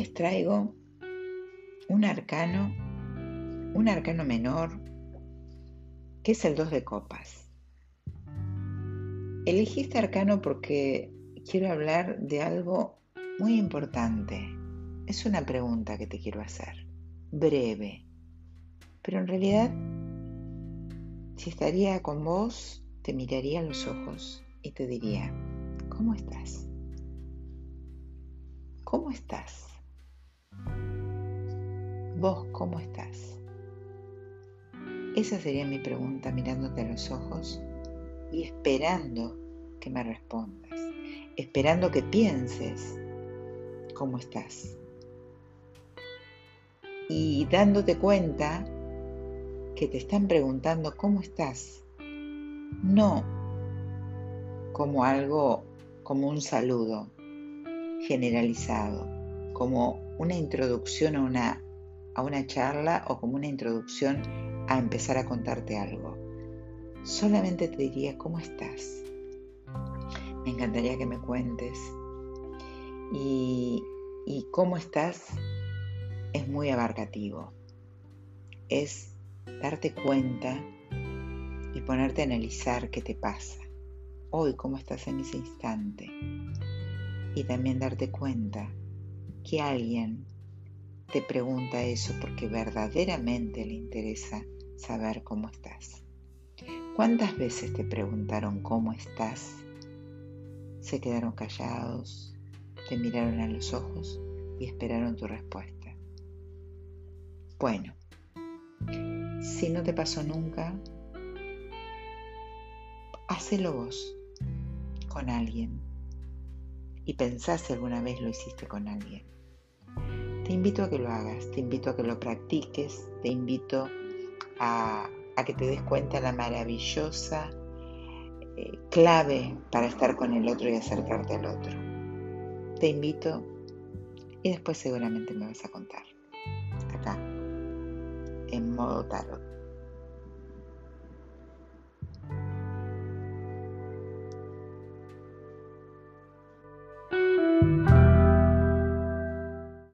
les traigo un arcano menor, que es el 2 de copas. Elegí este arcano porque quiero hablar de algo muy importante. Es una pregunta que te quiero hacer, breve, pero en realidad, si estaría con vos, te miraría a los ojos y te diría, ¿cómo estás? ¿Cómo estás? ¿Vos cómo estás? Esa sería mi pregunta mirándote a los ojos y esperando que me respondas, esperando que pienses cómo estás y dándote cuenta que te están preguntando cómo estás, no como algo, como un saludo generalizado, como una introducción a una charla o como una introducción a empezar a contarte algo. Solamente te diría cómo estás. Me encantaría que me cuentes. Y cómo estás es muy abarcativo. Es darte cuenta y ponerte a analizar qué te pasa. Hoy, cómo estás en ese instante. Y también darte cuenta que alguien te pregunta eso porque verdaderamente le interesa saber cómo estás. ¿Cuántas veces te preguntaron cómo estás? Se quedaron callados, te miraron a los ojos y esperaron tu respuesta. Bueno, si no te pasó nunca, hacelo vos con alguien y pensá si alguna vez lo hiciste con alguien. Te invito a que lo hagas, te invito a que lo practiques, te invito a que te des cuenta la maravillosa clave para estar con el otro y acercarte al otro. Te invito y después seguramente me vas a contar acá en modo tarot.